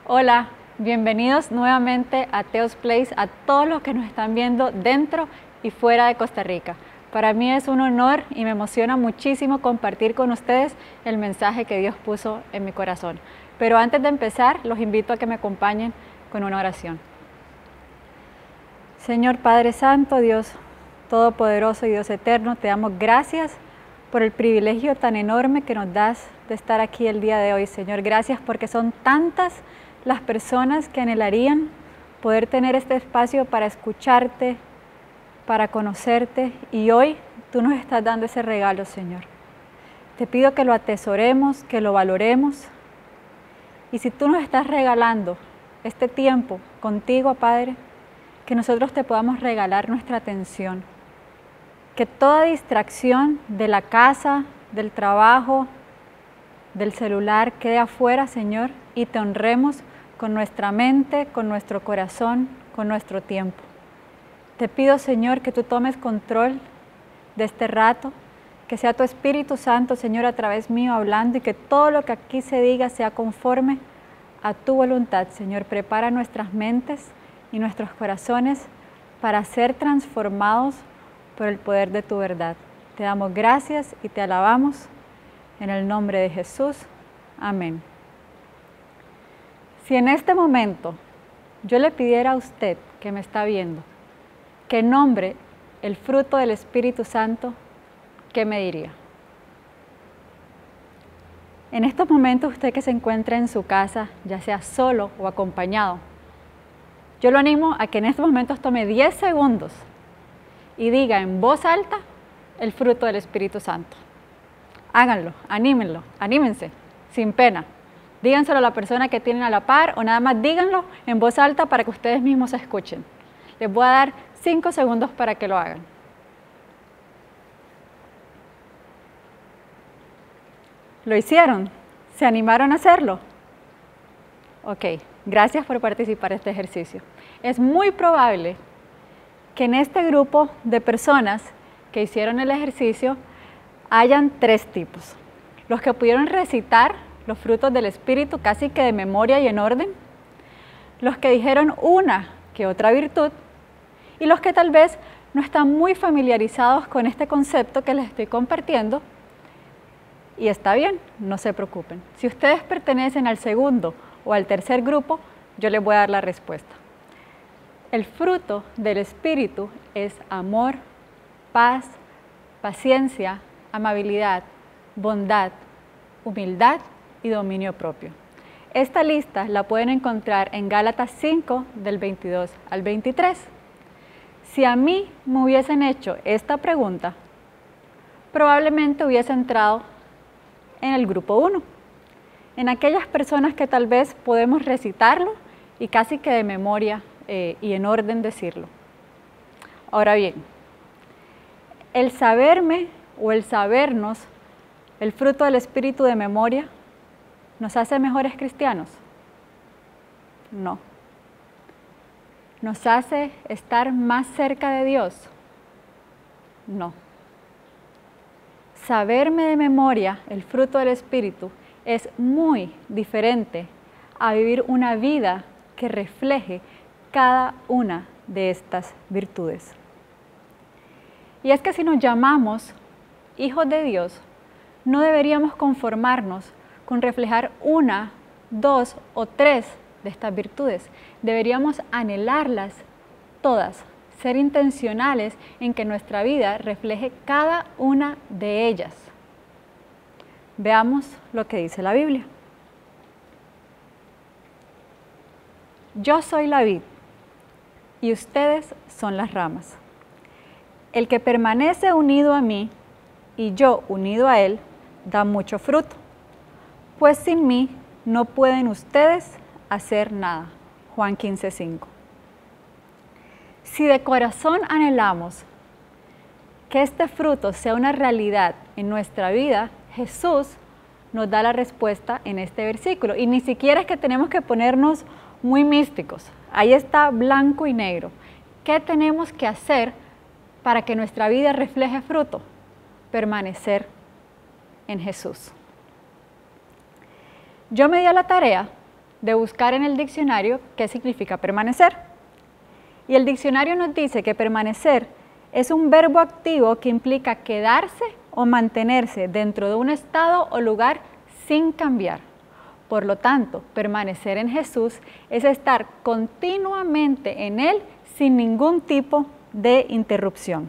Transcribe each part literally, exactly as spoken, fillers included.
Hola, bienvenidos nuevamente a Teos Place, a todos los que nos están viendo dentro y fuera de Costa Rica. Para mí es un honor y me emociona muchísimo compartir con ustedes el mensaje que Dios puso en mi corazón. Pero antes de empezar, los invito a que me acompañen con una oración. Señor Padre Santo, Dios Todopoderoso y Dios Eterno, te damos gracias por el privilegio tan enorme que nos das de estar aquí el día de hoy, Señor. Gracias porque son tantas las personas que anhelarían poder tener este espacio para escucharte, para conocerte, y hoy tú nos estás dando ese regalo, Señor. Te pido que lo atesoremos, que lo valoremos, y si tú nos estás regalando este tiempo contigo, Padre, que nosotros te podamos regalar nuestra atención, que toda distracción de la casa, del trabajo, del celular quede afuera, Señor, y te honremos con nuestra mente, con nuestro corazón, con nuestro tiempo. Te pido, Señor, que tú tomes control de este rato, que sea tu Espíritu Santo, Señor, a través mío hablando, y que todo lo que aquí se diga sea conforme a tu voluntad, Señor. Prepara nuestras mentes y nuestros corazones para ser transformados por el poder de tu verdad. Te damos gracias y te alabamos en el nombre de Jesús. Amén. Si en este momento yo le pidiera a usted que me está viendo que nombre el fruto del Espíritu Santo, ¿qué me diría? En estos momentos, usted que se encuentra en su casa, ya sea solo o acompañado, yo lo animo a que en estos momentos tome diez segundos y diga en voz alta el fruto del Espíritu Santo. Háganlo, anímenlo, anímense, sin pena. Díganselo a la persona que tienen a la par o nada más díganlo en voz alta para que ustedes mismos se escuchen. Les voy a dar cinco segundos para que lo hagan. ¿Lo hicieron? ¿Se animaron a hacerlo? Ok, gracias por participar en este ejercicio. Es muy probable que en este grupo de personas que hicieron el ejercicio hayan tres tipos. Los que pudieron recitar los frutos del Espíritu casi que de memoria y en orden, los que dijeron una que otra virtud, y los que tal vez no están muy familiarizados con este concepto que les estoy compartiendo, y está bien, no se preocupen. Si ustedes pertenecen al segundo o al tercer grupo, yo les voy a dar la respuesta. El fruto del Espíritu es amor, paz, paciencia, amabilidad, bondad, humildad y dominio propio. Esta lista la pueden encontrar en Gálatas cinco, del veintidós al veintitrés. Si a mí me hubiesen hecho esta pregunta, probablemente hubiese entrado en el grupo uno, en aquellas personas que tal vez podemos recitarlo y casi que de memoria eh, y en orden decirlo. Ahora bien, el saberme o el sabernos el fruto del Espíritu de memoria, ¿nos hace mejores cristianos? No. ¿Nos hace estar más cerca de Dios? No. Saberme de memoria el fruto del Espíritu es muy diferente a vivir una vida que refleje cada una de estas virtudes. Y es que si nos llamamos hijos de Dios, no deberíamos conformarnos con reflejar una, dos o tres de estas virtudes. Deberíamos anhelarlas todas, ser intencionales en que nuestra vida refleje cada una de ellas. Veamos lo que dice la Biblia. Yo soy la vid y ustedes son las ramas. El que permanece unido a mí y yo unido a él, da mucho fruto, pues sin mí no pueden ustedes hacer nada. Juan quince, cinco. Si de corazón anhelamos que este fruto sea una realidad en nuestra vida, Jesús nos da la respuesta en este versículo. Y ni siquiera es que tenemos que ponernos muy místicos. Ahí está blanco y negro. ¿Qué tenemos que hacer para que nuestra vida refleje fruto? Permanecer en Jesús. Yo me di a la tarea de buscar en el diccionario qué significa permanecer. Y el diccionario nos dice que permanecer es un verbo activo que implica quedarse o mantenerse dentro de un estado o lugar sin cambiar. Por lo tanto, permanecer en Jesús es estar continuamente en Él sin ningún tipo de interrupción.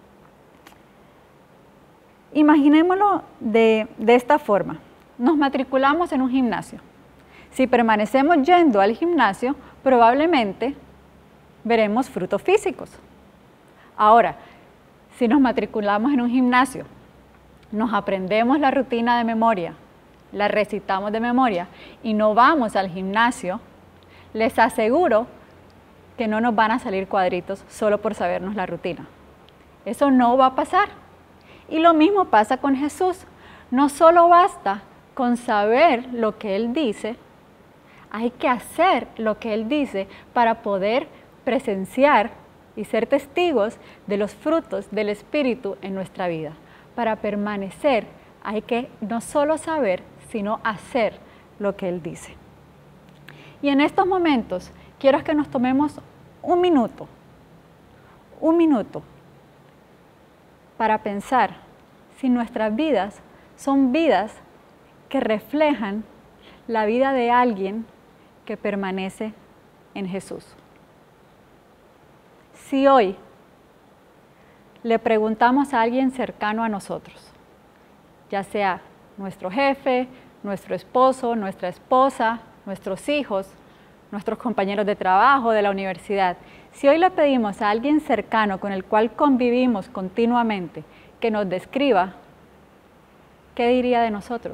Imaginémoslo de, de esta forma. Nos matriculamos en un gimnasio. Si permanecemos yendo al gimnasio, probablemente veremos frutos físicos. Ahora, si nos matriculamos en un gimnasio, nos aprendemos la rutina de memoria, la recitamos de memoria y no vamos al gimnasio, les aseguro que no nos van a salir cuadritos solo por sabernos la rutina. Eso no va a pasar. Y lo mismo pasa con Jesús. No solo basta con saber lo que Él dice, hay que hacer lo que Él dice para poder presenciar y ser testigos de los frutos del Espíritu en nuestra vida. Para permanecer hay que no solo saber, sino hacer lo que Él dice. Y en estos momentos quiero que nos tomemos un minuto, un minuto, para pensar si nuestras vidas son vidas que reflejan la vida de alguien que permanece en Jesús. Si hoy le preguntamos a alguien cercano a nosotros, ya sea nuestro jefe, nuestro esposo, nuestra esposa, nuestros hijos, nuestros compañeros de trabajo, de la universidad, si hoy le pedimos a alguien cercano con el cual convivimos continuamente que nos describa, ¿qué diría de nosotros?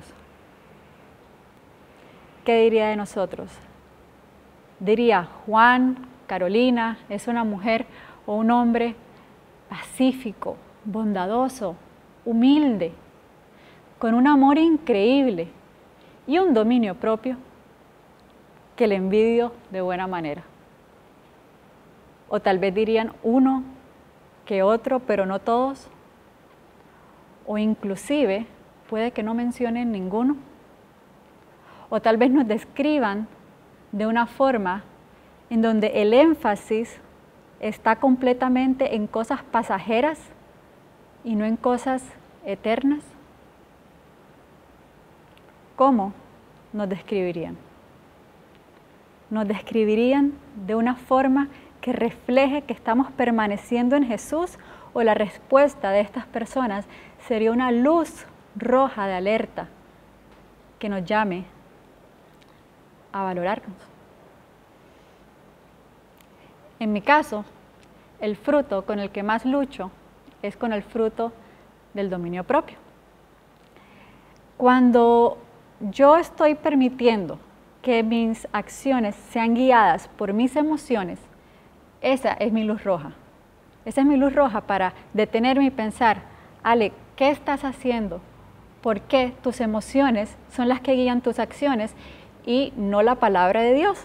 ¿Qué diría de nosotros? Diría, Juan, Carolina, es una mujer o un hombre pacífico, bondadoso, humilde, con un amor increíble y un dominio propio que le envidio de buena manera. O tal vez dirían uno que otro, pero no todos. O inclusive puede que no mencionen ninguno. O tal vez nos describan de una forma en donde el énfasis está completamente en cosas pasajeras y no en cosas eternas. ¿Cómo nos describirían? Nos describirían de una forma que refleje que estamos permaneciendo en Jesús, o la respuesta de estas personas sería una luz roja de alerta que nos llame a valorarnos. En mi caso, el fruto con el que más lucho es con el fruto del dominio propio. Cuando yo estoy permitiendo que mis acciones sean guiadas por mis emociones, esa es mi luz roja. Esa es mi luz roja para detenerme y pensar, Ale, ¿qué estás haciendo? ¿Por qué tus emociones son las que guían tus acciones y no la palabra de Dios?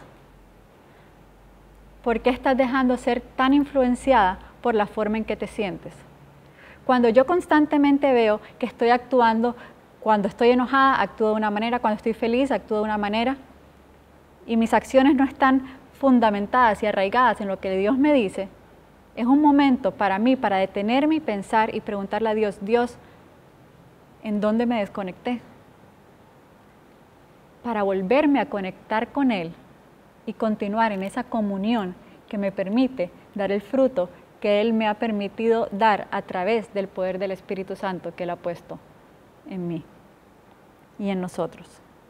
¿Por qué estás dejando ser tan influenciada por la forma en que te sientes? Cuando yo constantemente veo que estoy actuando, cuando estoy enojada, actúo de una manera, cuando estoy feliz, actúo de una manera, y mis acciones no están fundamentadas y arraigadas en lo que Dios me dice, es un momento para mí, para detenerme y pensar y preguntarle a Dios, Dios, ¿en dónde me desconecté? Para volverme a conectar con Él y continuar en esa comunión que me permite dar el fruto que Él me ha permitido dar a través del poder del Espíritu Santo que Él ha puesto en mí y en nosotros.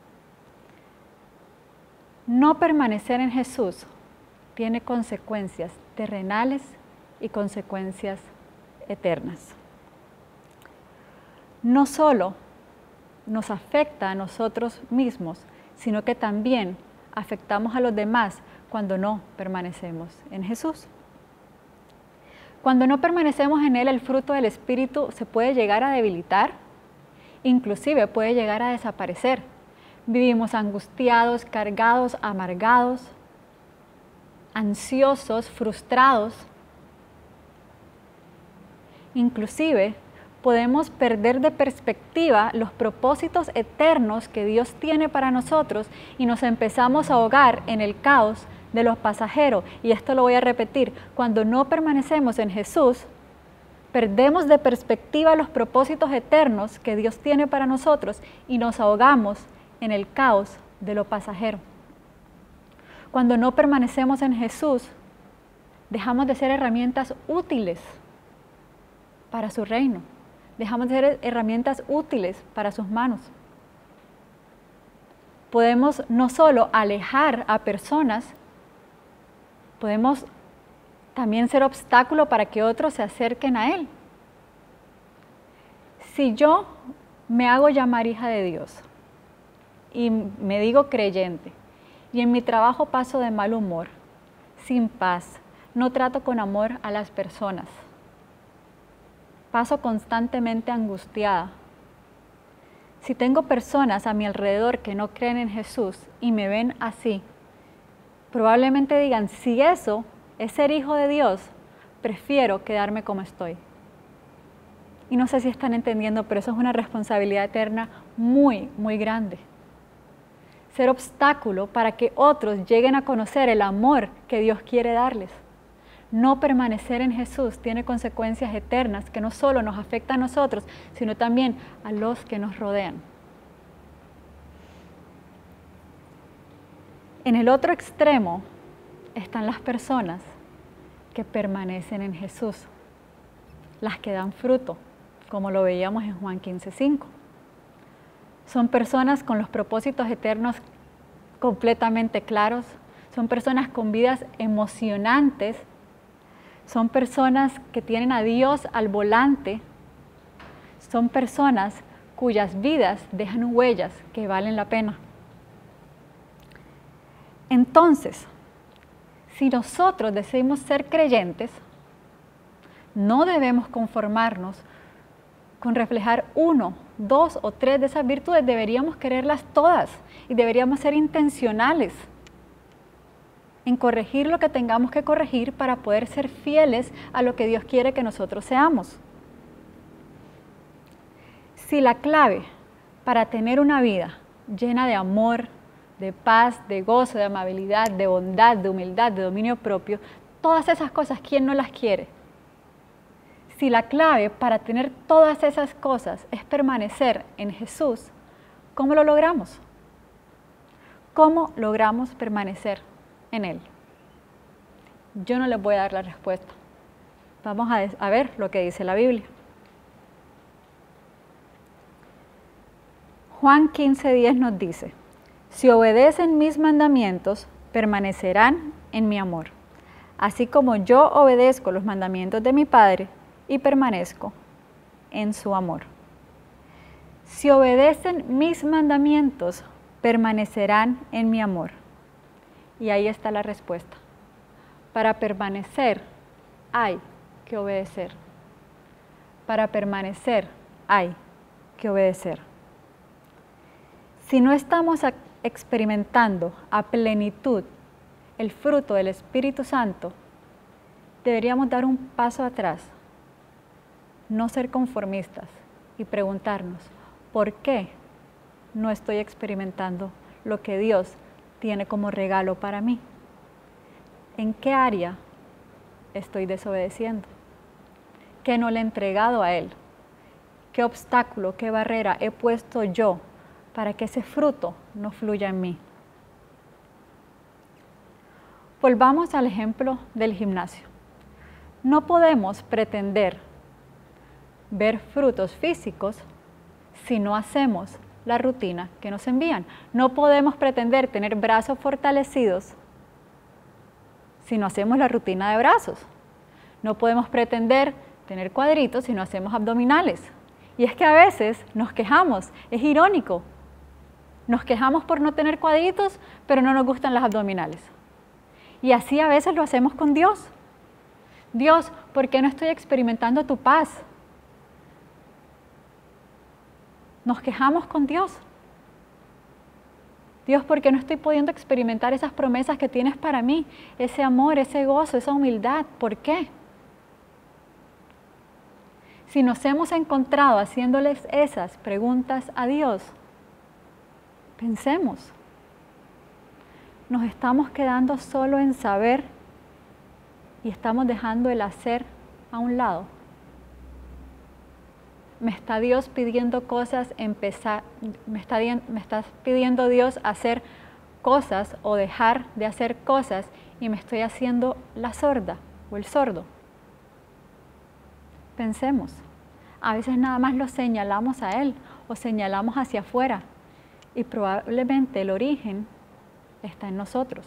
No permanecer en Jesús tiene consecuencias terrenales y consecuencias eternas. No solo nos afecta a nosotros mismos, sino que también afectamos a los demás cuando no permanecemos en Jesús. Cuando no permanecemos en Él, el fruto del Espíritu se puede llegar a debilitar, inclusive puede llegar a desaparecer. Vivimos angustiados, cargados, amargados, ansiosos, frustrados. Inclusive podemos perder de perspectiva los propósitos eternos que Dios tiene para nosotros y nos empezamos a ahogar en el caos de los pasajeros. Y esto lo voy a repetir, cuando no permanecemos en Jesús, perdemos de perspectiva los propósitos eternos que Dios tiene para nosotros y nos ahogamos en el caos de lo pasajero. Cuando no permanecemos en Jesús, dejamos de ser herramientas útiles para su reino. Dejamos de ser herramientas útiles para sus manos. Podemos no solo alejar a personas, podemos también ser obstáculo para que otros se acerquen a Él. Si yo me hago llamar hija de Dios y me digo creyente, y en mi trabajo paso de mal humor, sin paz, no trato con amor a las personas, paso constantemente angustiada. Si tengo personas a mi alrededor que no creen en Jesús y me ven así, probablemente digan, si eso es ser hijo de Dios, prefiero quedarme como estoy. Y no sé si están entendiendo, pero eso es una responsabilidad eterna muy, muy grande. Ser obstáculo para que otros lleguen a conocer el amor que Dios quiere darles. No permanecer en Jesús tiene consecuencias eternas que no solo nos afectan a nosotros, sino también a los que nos rodean. En el otro extremo están las personas que permanecen en Jesús, las que dan fruto, como lo veíamos en Juan quince cinco. Son personas con los propósitos eternos completamente claros, son personas con vidas emocionantes, son personas que tienen a Dios al volante, son personas cuyas vidas dejan huellas que valen la pena. Entonces, si nosotros decidimos ser creyentes, no debemos conformarnos con reflejar uno, dos o tres de esas virtudes, deberíamos quererlas todas y deberíamos ser intencionales en corregir lo que tengamos que corregir para poder ser fieles a lo que Dios quiere que nosotros seamos. Si la clave para tener una vida llena de amor, de paz, de gozo, de amabilidad, de bondad, de humildad, de dominio propio, todas esas cosas, ¿quién no las quiere? Si la clave para tener todas esas cosas es permanecer en Jesús, ¿cómo lo logramos? ¿Cómo logramos permanecer en Él? Yo no les voy a dar la respuesta. Vamos a, a ver lo que dice la Biblia. Juan quince diez nos dice, si obedecen mis mandamientos, permanecerán en mi amor, así como yo obedezco los mandamientos de mi Padre y permanezco en su amor. Si obedecen mis mandamientos, permanecerán en mi amor. Y ahí está la respuesta. Para permanecer hay que obedecer. Para permanecer hay que obedecer. Si no estamos experimentando a plenitud el fruto del Espíritu Santo, deberíamos dar un paso atrás, no ser conformistas y preguntarnos, ¿por qué no estoy experimentando lo que Dios tiene como regalo para mí? ¿En qué área estoy desobedeciendo? ¿Qué no le he entregado a Él? ¿Qué obstáculo, qué barrera he puesto yo para que ese fruto no fluya en mí? Volvamos al ejemplo del gimnasio. No podemos pretender ver frutos físicos si no hacemos la rutina que nos envían. No podemos pretender tener brazos fortalecidos si no hacemos la rutina de brazos. No podemos pretender tener cuadritos si no hacemos abdominales. Y es que a veces nos quejamos, es irónico. Nos quejamos por no tener cuadritos, pero no nos gustan las abdominales. Y así a veces lo hacemos con Dios. Dios, ¿por qué no estoy experimentando tu paz? Nos quejamos con Dios. Dios, ¿por qué no estoy pudiendo experimentar esas promesas que tienes para mí? Ese amor, ese gozo, esa humildad, ¿por qué? Si nos hemos encontrado haciéndoles esas preguntas a Dios, pensemos, nos estamos quedando solo en saber y estamos dejando el hacer a un lado. Me está Dios pidiendo cosas, empezar, me está, me está pidiendo Dios hacer cosas o dejar de hacer cosas y me estoy haciendo la sorda o el sordo. Pensemos, a veces nada más lo señalamos a Él o señalamos hacia afuera y probablemente el origen está en nosotros.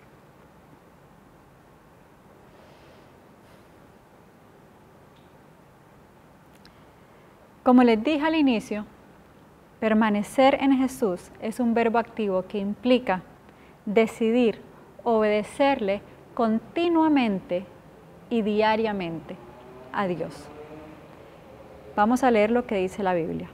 Como les dije al inicio, permanecer en Jesús es un verbo activo que implica decidir obedecerle continuamente y diariamente a Dios. Vamos a leer lo que dice la Biblia.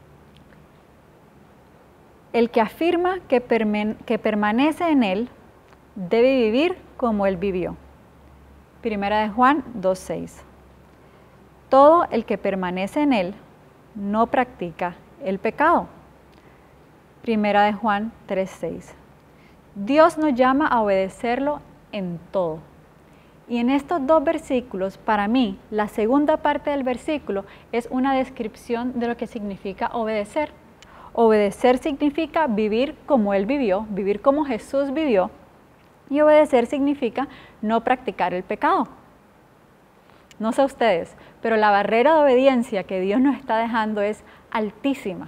El que afirma que, perman- que permanece en Él debe vivir como Él vivió. Primera de Juan dos seis. Todo el que permanece en Él no practica el pecado. Primera de Juan tres seis. Dios nos llama a obedecerlo en todo. Y en estos dos versículos, para mí, la segunda parte del versículo es una descripción de lo que significa obedecer. Obedecer significa vivir como Él vivió, vivir como Jesús vivió, y obedecer significa no practicar el pecado. No sé ustedes, pero la barrera de obediencia que Dios nos está dejando es altísima.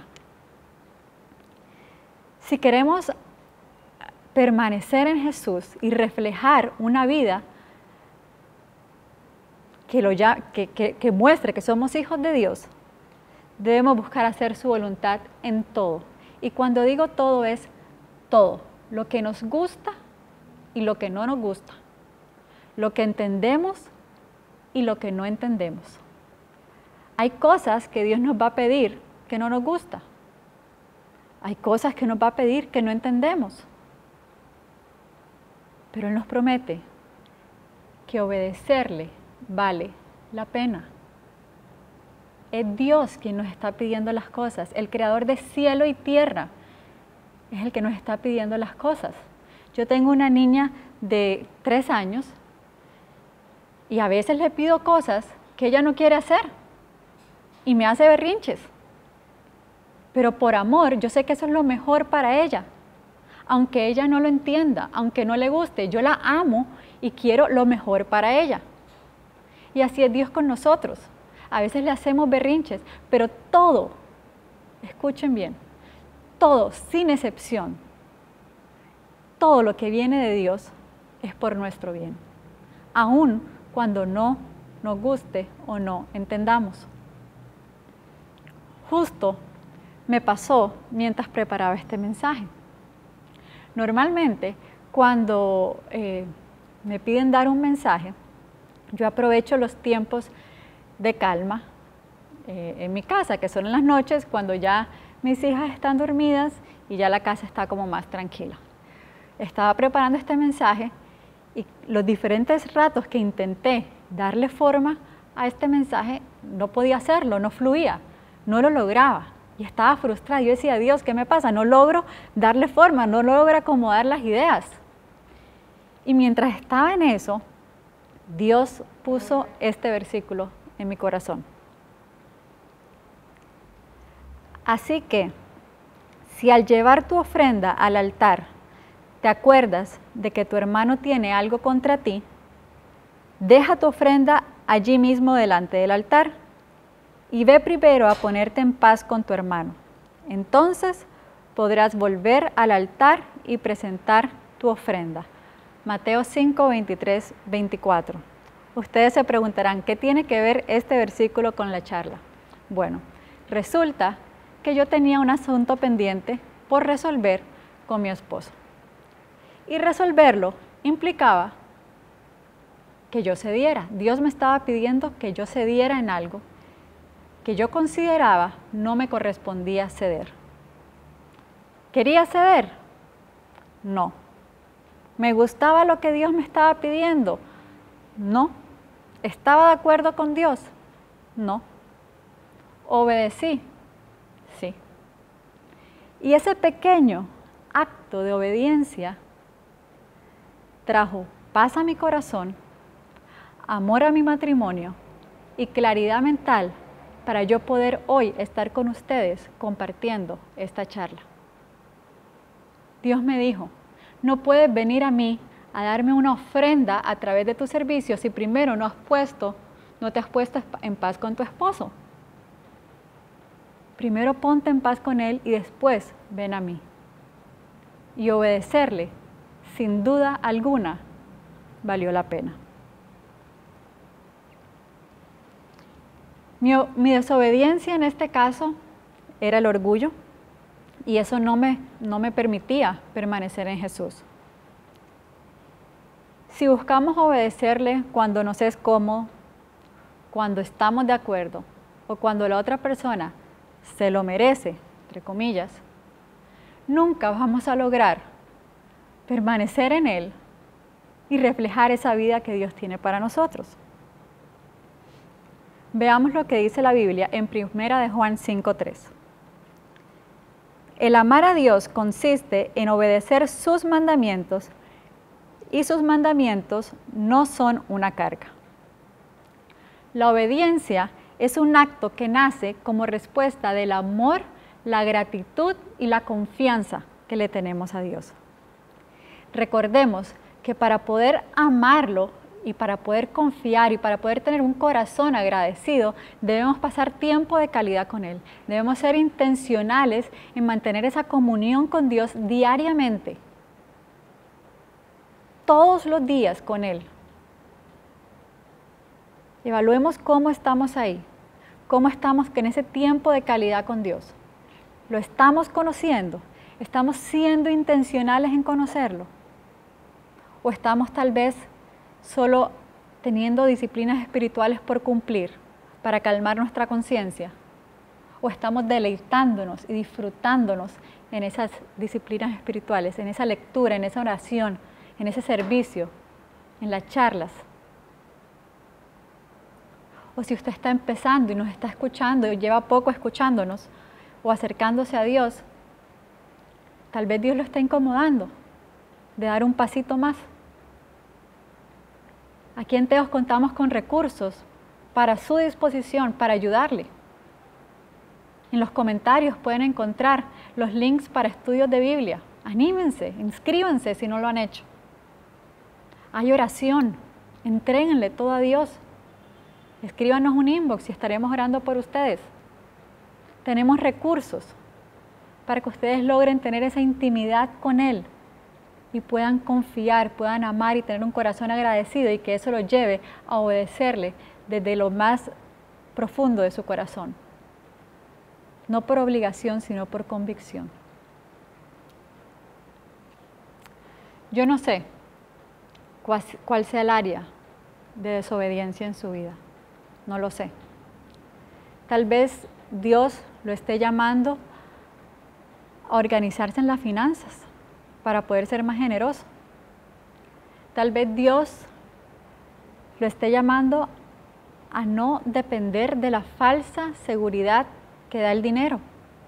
Si queremos permanecer en Jesús y reflejar una vida que, lo ya, que, que, que muestre que somos hijos de Dios, debemos buscar hacer su voluntad en todo. Y cuando digo todo es todo, lo que nos gusta y lo que no nos gusta, lo que entendemos y lo que no entendemos. Hay cosas que Dios nos va a pedir que no nos gusta. Hay cosas que nos va a pedir que no entendemos. Pero Él nos promete que obedecerle vale la pena. Es Dios quien nos está pidiendo las cosas. El creador de cielo y tierra es el que nos está pidiendo las cosas. Yo tengo una niña de tres años y a veces le pido cosas que ella no quiere hacer y me hace berrinches. Pero por amor, yo sé que eso es lo mejor para ella. Aunque ella no lo entienda, aunque no le guste, yo la amo y quiero lo mejor para ella. Y así es Dios con nosotros. A veces le hacemos berrinches, pero todo, escuchen bien, todo, sin excepción, todo lo que viene de Dios es por nuestro bien, aun cuando no nos guste o no entendamos. Justo me pasó mientras preparaba este mensaje. Normalmente, cuando eh, me piden dar un mensaje, yo aprovecho los tiempos de calma eh, en mi casa, que son en las noches cuando ya mis hijas están dormidas y ya la casa está como más tranquila. Estaba preparando este mensaje y los diferentes ratos que intenté darle forma a este mensaje, no podía hacerlo, no fluía, no lo lograba. Y estaba frustrada. Yo decía, Dios, ¿qué me pasa? No logro darle forma, no logro acomodar las ideas. Y mientras estaba en eso, Dios puso este versículo en mi corazón. Así que, si al llevar tu ofrenda al altar, te acuerdas de que tu hermano tiene algo contra ti, deja tu ofrenda allí mismo delante del altar y ve primero a ponerte en paz con tu hermano. Entonces podrás volver al altar y presentar tu ofrenda. Mateo cinco, veintitrés, veinticuatro. Ustedes se preguntarán, ¿qué tiene que ver este versículo con la charla? Bueno, resulta que yo tenía un asunto pendiente por resolver con mi esposo. Y resolverlo implicaba que yo cediera. Dios me estaba pidiendo que yo cediera en algo que yo consideraba no me correspondía ceder. ¿Quería ceder? No. ¿Me gustaba lo que Dios me estaba pidiendo? No. ¿Estaba de acuerdo con Dios? No. ¿Obedecí? Sí. Y ese pequeño acto de obediencia trajo paz a mi corazón, amor a mi matrimonio y claridad mental para yo poder hoy estar con ustedes compartiendo esta charla. Dios me dijo, no puedes venir a mí a darme una ofrenda a través de tu servicio si primero no has puesto, no te has puesto en paz con tu esposo. Primero ponte en paz con él y después ven a mí. Y obedecerle, sin duda alguna, valió la pena. Mi, mi desobediencia en este caso era el orgullo y eso no me, no me permitía permanecer en Jesús. Si buscamos obedecerle cuando nos es cómodo, cuando estamos de acuerdo o cuando la otra persona se lo merece, entre comillas, nunca vamos a lograr permanecer en Él y reflejar esa vida que Dios tiene para nosotros. Veamos lo que dice la Biblia en primera de Juan cinco tres. El amar a Dios consiste en obedecer sus mandamientos y sus mandamientos no son una carga. La obediencia es un acto que nace como respuesta del amor, la gratitud y la confianza que le tenemos a Dios. Recordemos que para poder amarlo y para poder confiar y para poder tener un corazón agradecido, debemos pasar tiempo de calidad con Él. Debemos ser intencionales en mantener esa comunión con Dios diariamente, todos los días con Él. Evaluemos cómo estamos ahí, cómo estamos en ese tiempo de calidad con Dios. ¿Lo estamos conociendo? ¿Estamos siendo intencionales en conocerlo? ¿O estamos tal vez solo teniendo disciplinas espirituales por cumplir para calmar nuestra conciencia? ¿O estamos deleitándonos y disfrutándonos en esas disciplinas espirituales, en esa lectura, en esa oración, en ese servicio, en las charlas? O si usted está empezando y nos está escuchando y lleva poco escuchándonos o acercándose a Dios, tal vez Dios lo está incomodando de dar un pasito más. Aquí en Teos contamos con recursos para su disposición, para ayudarle. En los comentarios pueden encontrar los links para estudios de Biblia. Anímense, inscríbanse si no lo han hecho. Hay oración, entréguenle todo a Dios. Escríbanos un inbox y estaremos orando por ustedes. Tenemos recursos para que ustedes logren tener esa intimidad con Él y puedan confiar, puedan amar y tener un corazón agradecido y que eso los lleve a obedecerle desde lo más profundo de su corazón. No por obligación, sino por convicción. Yo no sé cuál, cuál sea el área de desobediencia en su vida. No lo sé. Tal vez Dios lo esté llamando a organizarse en las finanzas para poder ser más generoso. Tal vez Dios lo esté llamando a no depender de la falsa seguridad que da el dinero.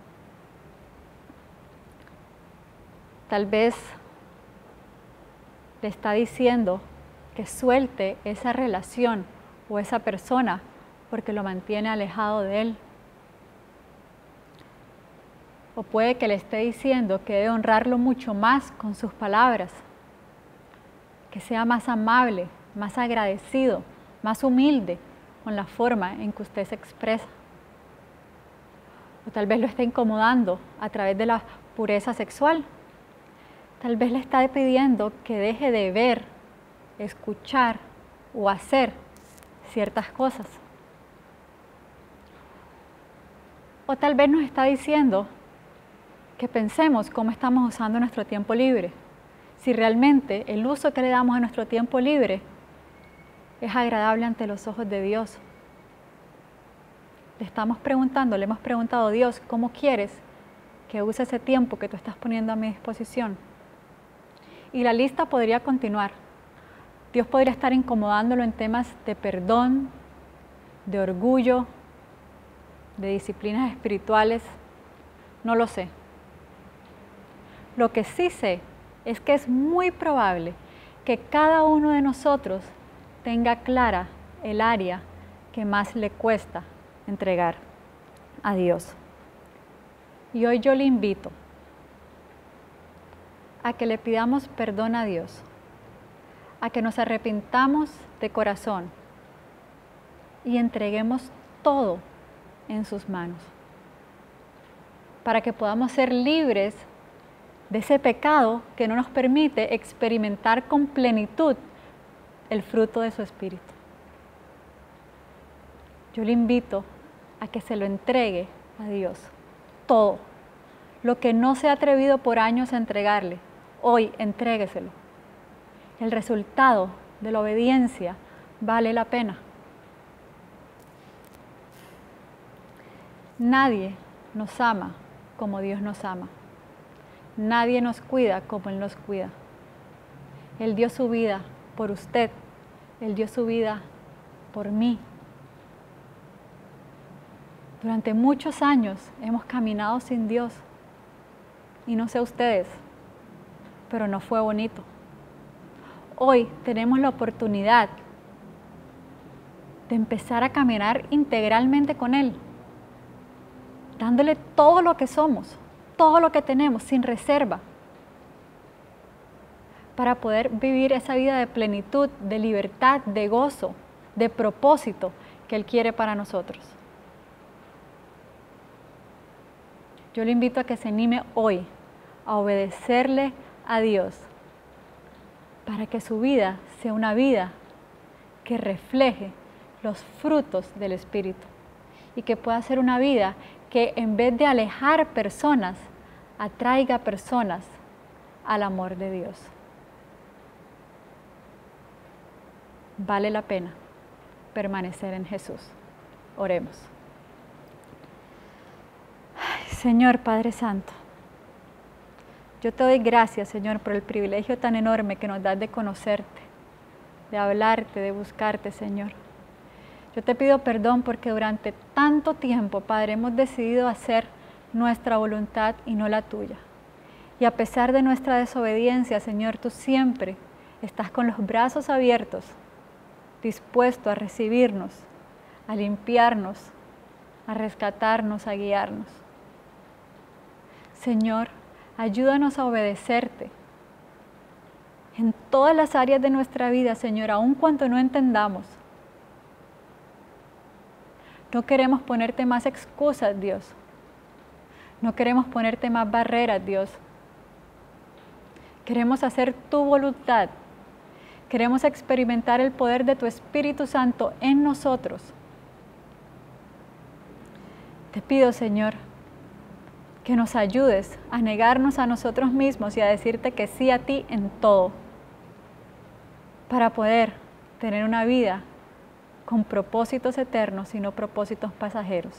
Tal vez le está diciendo que suelte esa relación o esa persona porque lo mantiene alejado de Él. O puede que le esté diciendo que debe honrarlo mucho más con sus palabras, que sea más amable, más agradecido, más humilde con la forma en que usted se expresa. O tal vez lo esté incomodando a través de la pureza sexual. Tal vez le está pidiendo que deje de ver, escuchar o hacer ciertas cosas. O tal vez nos está diciendo que pensemos cómo estamos usando nuestro tiempo libre. Si realmente el uso que le damos a nuestro tiempo libre es agradable ante los ojos de Dios. Le estamos preguntando, le hemos preguntado a Dios, ¿cómo quieres que use ese tiempo que tú estás poniendo a mi disposición? Y la lista podría continuar. Dios podría estar incomodándolo en temas de perdón, de orgullo, de disciplinas espirituales, no lo sé. Lo que sí sé es que es muy probable que cada uno de nosotros tenga clara el área que más le cuesta entregar a Dios. Y hoy yo le invito a que le pidamos perdón a Dios, a que nos arrepintamos de corazón y entreguemos todo en sus manos, para que podamos ser libres de ese pecado que no nos permite experimentar con plenitud el fruto de su Espíritu. Yo le invito a que se lo entregue a Dios, todo. Lo que no se ha atrevido por años a entregarle, hoy entrégueselo. El resultado de la obediencia vale la pena. Nadie nos ama como Dios nos ama. Nadie nos cuida como Él nos cuida. Él dio su vida por usted. Él dio su vida por mí. Durante muchos años hemos caminado sin Dios. Y no sé ustedes, pero no fue bonito. Hoy tenemos la oportunidad de empezar a caminar integralmente con Él, dándole todo lo que somos, todo lo que tenemos, sin reserva, para poder vivir esa vida de plenitud, de libertad, de gozo, de propósito que Él quiere para nosotros. Yo le invito a que se anime hoy a obedecerle a Dios, para que su vida sea una vida que refleje los frutos del Espíritu y que pueda ser una vida que en vez de alejar personas, atraiga personas al amor de Dios. Vale la pena permanecer en Jesús. Oremos. Ay, Señor Padre Santo, yo te doy gracias, Señor, por el privilegio tan enorme que nos das de conocerte, de hablarte, de buscarte, Señor. Yo te pido perdón porque durante tanto tiempo, Padre, hemos decidido hacer nuestra voluntad y no la tuya. Y a pesar de nuestra desobediencia, Señor, tú siempre estás con los brazos abiertos, dispuesto a recibirnos, a limpiarnos, a rescatarnos, a guiarnos. Señor, ayúdanos a obedecerte en todas las áreas de nuestra vida, Señor, aun cuando no entendamos. No queremos ponerte más excusas, Dios. No queremos ponerte más barreras, Dios. Queremos hacer tu voluntad. Queremos experimentar el poder de tu Espíritu Santo en nosotros. Te pido, Señor, que nos ayudes a negarnos a nosotros mismos y a decirte que sí a ti en todo, para poder tener una vida con propósitos eternos y no propósitos pasajeros.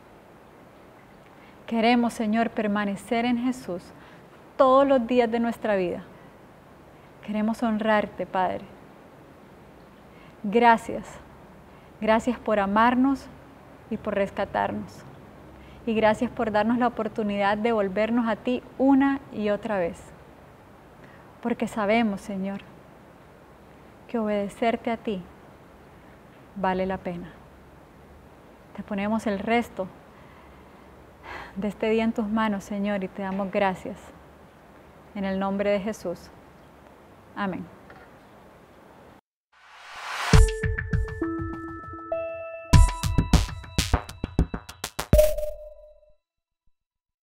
Queremos, Señor, permanecer en Jesús todos los días de nuestra vida. Queremos honrarte, Padre. Gracias. Gracias por amarnos y por rescatarnos. Y gracias por darnos la oportunidad de volvernos a ti una y otra vez. Porque sabemos, Señor, que obedecerte a ti vale la pena. Te ponemos el resto de este día en tus manos, Señor, y te damos gracias. En el nombre de Jesús. Amén.